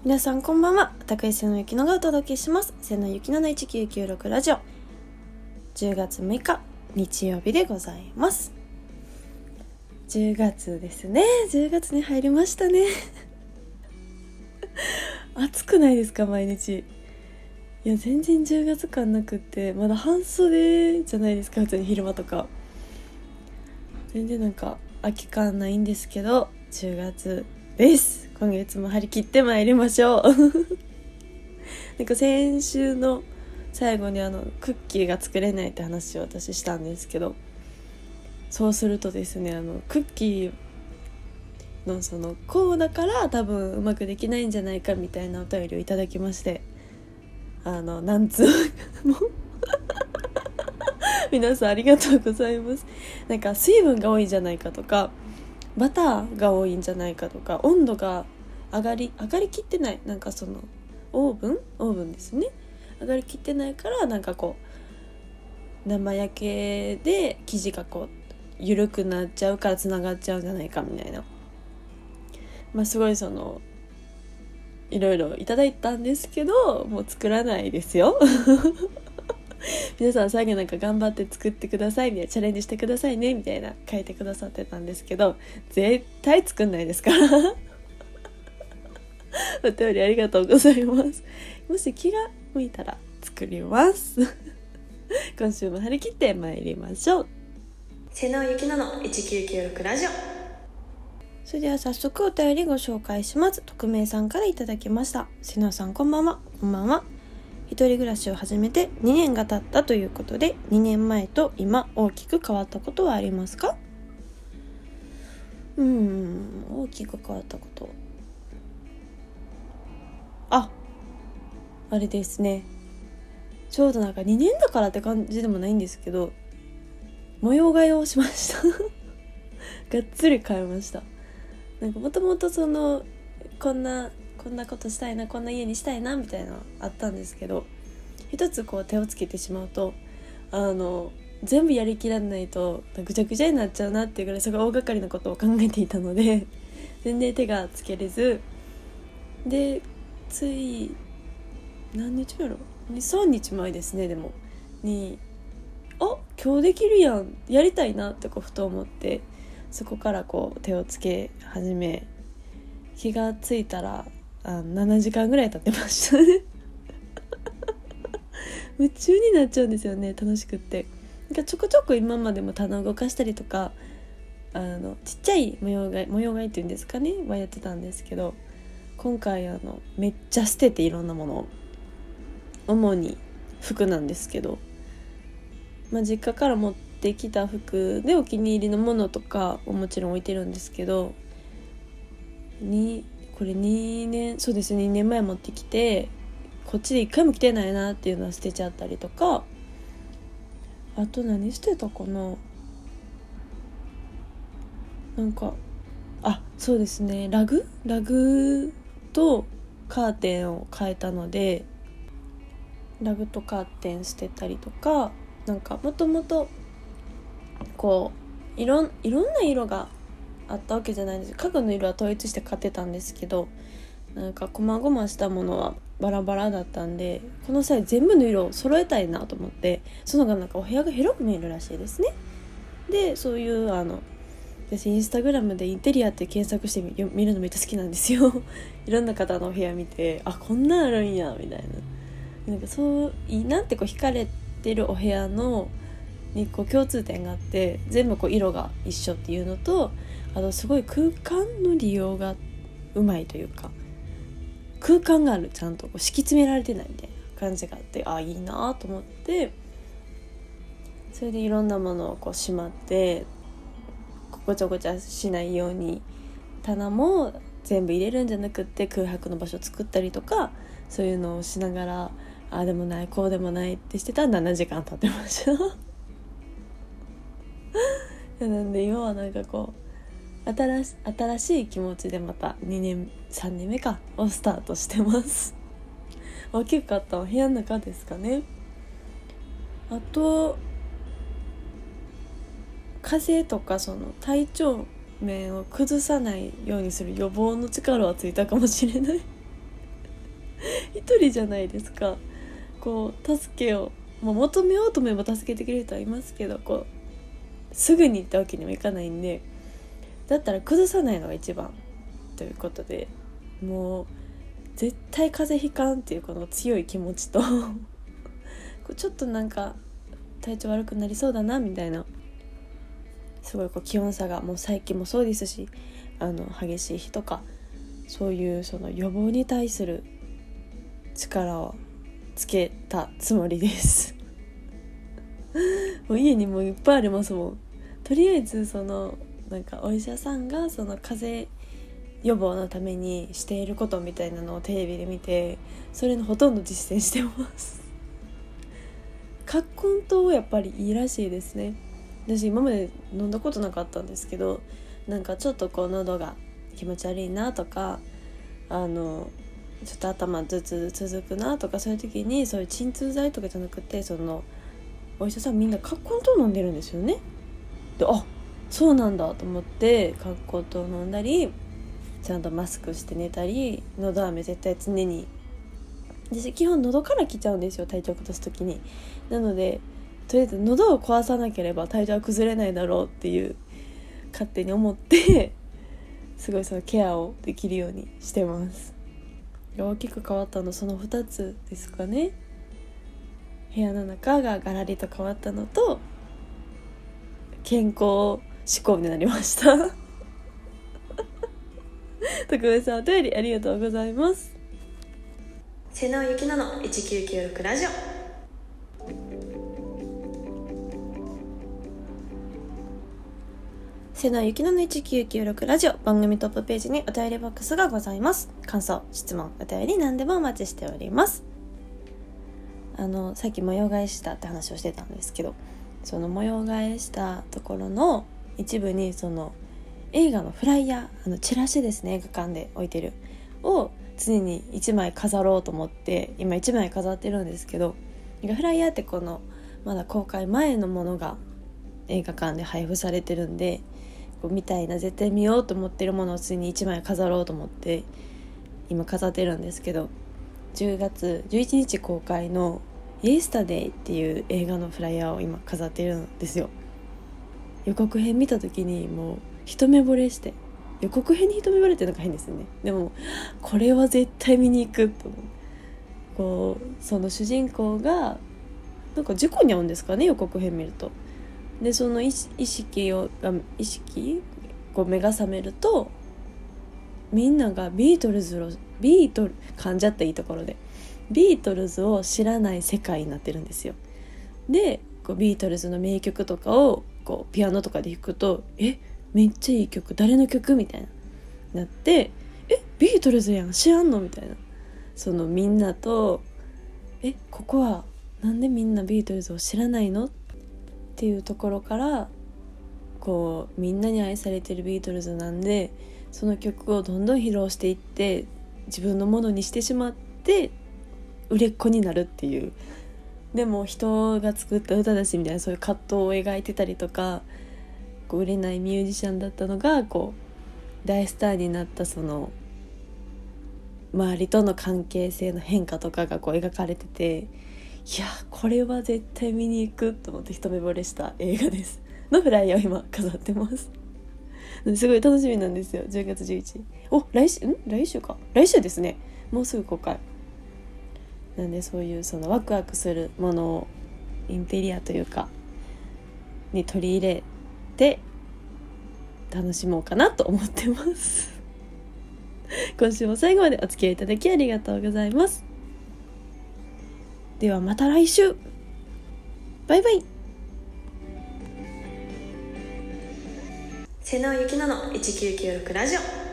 皆さんこんばんは。高井瀬野ゆきのがお届けします。瀬野ゆきの1996ラジオ、10月6日日曜日でございます。10月ですね。10月に入りましたね暑くないですか毎日。いや全然10月感なくって、まだ半袖じゃないですか。普通に昼間とか全然なんか秋感ないんですけど、10月です。今月も張り切ってまいりましょうなんか先週の最後にクッキーが作れないって話を私したんですけど、そうするとですね、クッキーのこうだから多分うまくできないんじゃないかみたいなお便りをいただきまして、何通も皆さんありがとうございます。なんか水分が多いんじゃないかとか、バターが多いんじゃないかとか、温度が上がりきってない、なんかオーブンですね、上がりきってないから、なんかこう生焼けで生地がこう緩くなっちゃうからつながっちゃうんじゃないかみたいな、すごいいろいろいただいたんですけど、もう作らないですよ皆さん最後なんか頑張って作ってくださいみたいな、チャレンジしてくださいねみたいな書いてくださってたんですけど、絶対作んないですからお便りありがとうございます。もし気が向いたら作ります今週も張り切って参りましょう。瀬野ゆきの1996ラジオ。それでは早速お便りご紹介します。匿名さんからいただきました。瀬野さんこんばんは。こんばんは。一人暮らしを始めて2年が経ったということで、2年前と今大きく変わったことはありますか？大きく変わったこと、あれですね、ちょうどなんか2年だからって感じでもないんですけど、模様替えをしましたがっつり変えました。なんかもともとこんなことしたいな、こんな家にしたいなみたいなのあったんですけど、一つこう手をつけてしまうと全部やりきらないとぐちゃぐちゃになっちゃうなっていうぐらい、すごい大掛かりなことを考えていたので全然手がつけれずで、つい何日やろ、 2,3 日前ですね、でもに今日できるやん、やりたいなってふと思って、そこからこう手をつけ始め、気がついたら7時間ぐらい経ってましたね夢中になっちゃうんですよね、楽しくって。なんかちょこちょこ今までも棚を動かしたりとか、ちっちゃい模様替えっていうんですかねはやってたんですけど、今回めっちゃ捨てて、いろんなものを、主に服なんですけど、実家から持ってきた服でお気に入りのものとかをもちろん置いてるんですけど、これ2年前持ってきて、こっちで1回も着てないなっていうのは捨てちゃったりとか、あと何捨てたかな、なんかそうですね、ラグとカーテンを変えたので、ラグとカーテン捨てたりとか、なんかもともとこういろんな色があったわけじゃないんです。家具の色は統一して買ってたんですけど、なんか細々したものはバラバラだったんで、この際全部の色を揃えたいなと思って、そのがなんかお部屋が広く見えるらしいですね。でそういう私インスタグラムでインテリアって検索して見るのめっちゃ好きなんですよいろんな方のお部屋見て、こんなんあるんやみたいな、なんかそういいなって惹かれてるお部屋に共通点があって、全部色が一緒っていうのと、あとすごい空間の利用がうまいというか、空間がある、ちゃんと敷き詰められてないみたいな感じがあって、いいなと思って、それでいろんなものをしまって、ごちゃごちゃしないように棚も全部入れるんじゃなくって空白の場所を作ったりとか、そういうのをしながら、でもないこうでもないってしてたら7時間経ってましたなんで今はなんか新しい気持ちでまた3年目かをスタートしてます大きかったのは部屋の中ですかね。あと風邪とか体調面を崩さないようにする予防の力はついたかもしれない一人じゃないですか。こう助けを、求めようと思えば助けてくれる人はいますけど、こうすぐに行ったわけにもいかないんで、だったら崩さないのが一番ということで、もう絶対風邪ひかんっていうこの強い気持ちとちょっとなんか体調悪くなりそうだなみたいな、すごいこう気温差がもう最近もそうですし、激しい日とか、そういうその予防に対する力をつけたつもりですもう家にもいっぱいありますもん。とりあえずそのなんかお医者さんがその風邪予防のためにしていることみたいなのをテレビで見て、それのほとんど実践してます葛根湯やっぱりいいらしいですね。私今まで飲んだことなかったんですけど、なんかちょっとこう喉が気持ち悪いなとか、ちょっと頭頭痛続くなとか、そういう時にそういう鎮痛剤とかじゃなくて、そのお医者さんみんな葛根湯飲んでるんですよね。で、そうなんだと思って葛根湯飲んだり、ちゃんとマスクして寝たり、喉飴絶対常に、私基本喉から来ちゃうんですよ、体調崩す時に。なのでとりあえず喉を壊さなければ体調は崩れないだろうっていう勝手に思ってすごいそのケアをできるようにしてます。大きく変わったのその2つですかね。部屋の中がガラリと変わったのと、健康志向になりました特別さんお便りありがとうございます。瀬能ゆきのの1996ラジオ。瀬能ゆきのの1996ラジオ、番組トップページにお便りボックスがございます。感想、質問、お便り何でもお待ちしております。さっき模様替えしたって話をしてたんですけど、その模様替えしたところの一部にその映画のフライヤー、チラシですね、映画館で置いてるを常に1枚飾ろうと思って今1枚飾ってるんですけど、フライヤーってこのまだ公開前のものが映画館で配布されてるんで、みたいな絶対見ようと思ってるものを常に1枚飾ろうと思って今飾ってるんですけど、10月11日公開のイエスタデイっていう映画のフライヤーを今飾ってるんですよ。予告編見た時にもう一目惚れして、予告編に一目惚れっていうのが変ですよね。でもこれは絶対見に行くと思う。こうその主人公がなんか事故に遭うんですかね、予告編見ると。でその意識こう目が覚めると、みんなが噛んじゃったいいところでビートルズを知らない世界になってるんですよ。でこうビートルズの名曲とかをこうピアノとかで弾くと、めっちゃいい曲、誰の曲みたいななって、ビートルズやん、知らんのみたいな、そのみんなとここはなんでみんなビートルズを知らないのっていうところから、こうみんなに愛されてるビートルズなんで、その曲をどんどん披露していって自分のものにしてしまって売れっ子になるっていう、でも人が作った歌だしみたいな、そういう葛藤を描いてたりとか、こう売れないミュージシャンだったのがこう大スターになった、その周りとの関係性の変化とかがこう描かれてて、いやこれは絶対見に行くと思って一目惚れした映画ですのフライヤーを今飾ってますすごい楽しみなんですよ。10月11日来週ですね。もうすぐ公開なんで、そういうそのワクワクするものをインテリアというかに取り入れて楽しもうかなと思ってます今週も最後までお付き合いいただきありがとうございます。ではまた来週、バイバイ。瀬能ゆきのの1996ラジオ。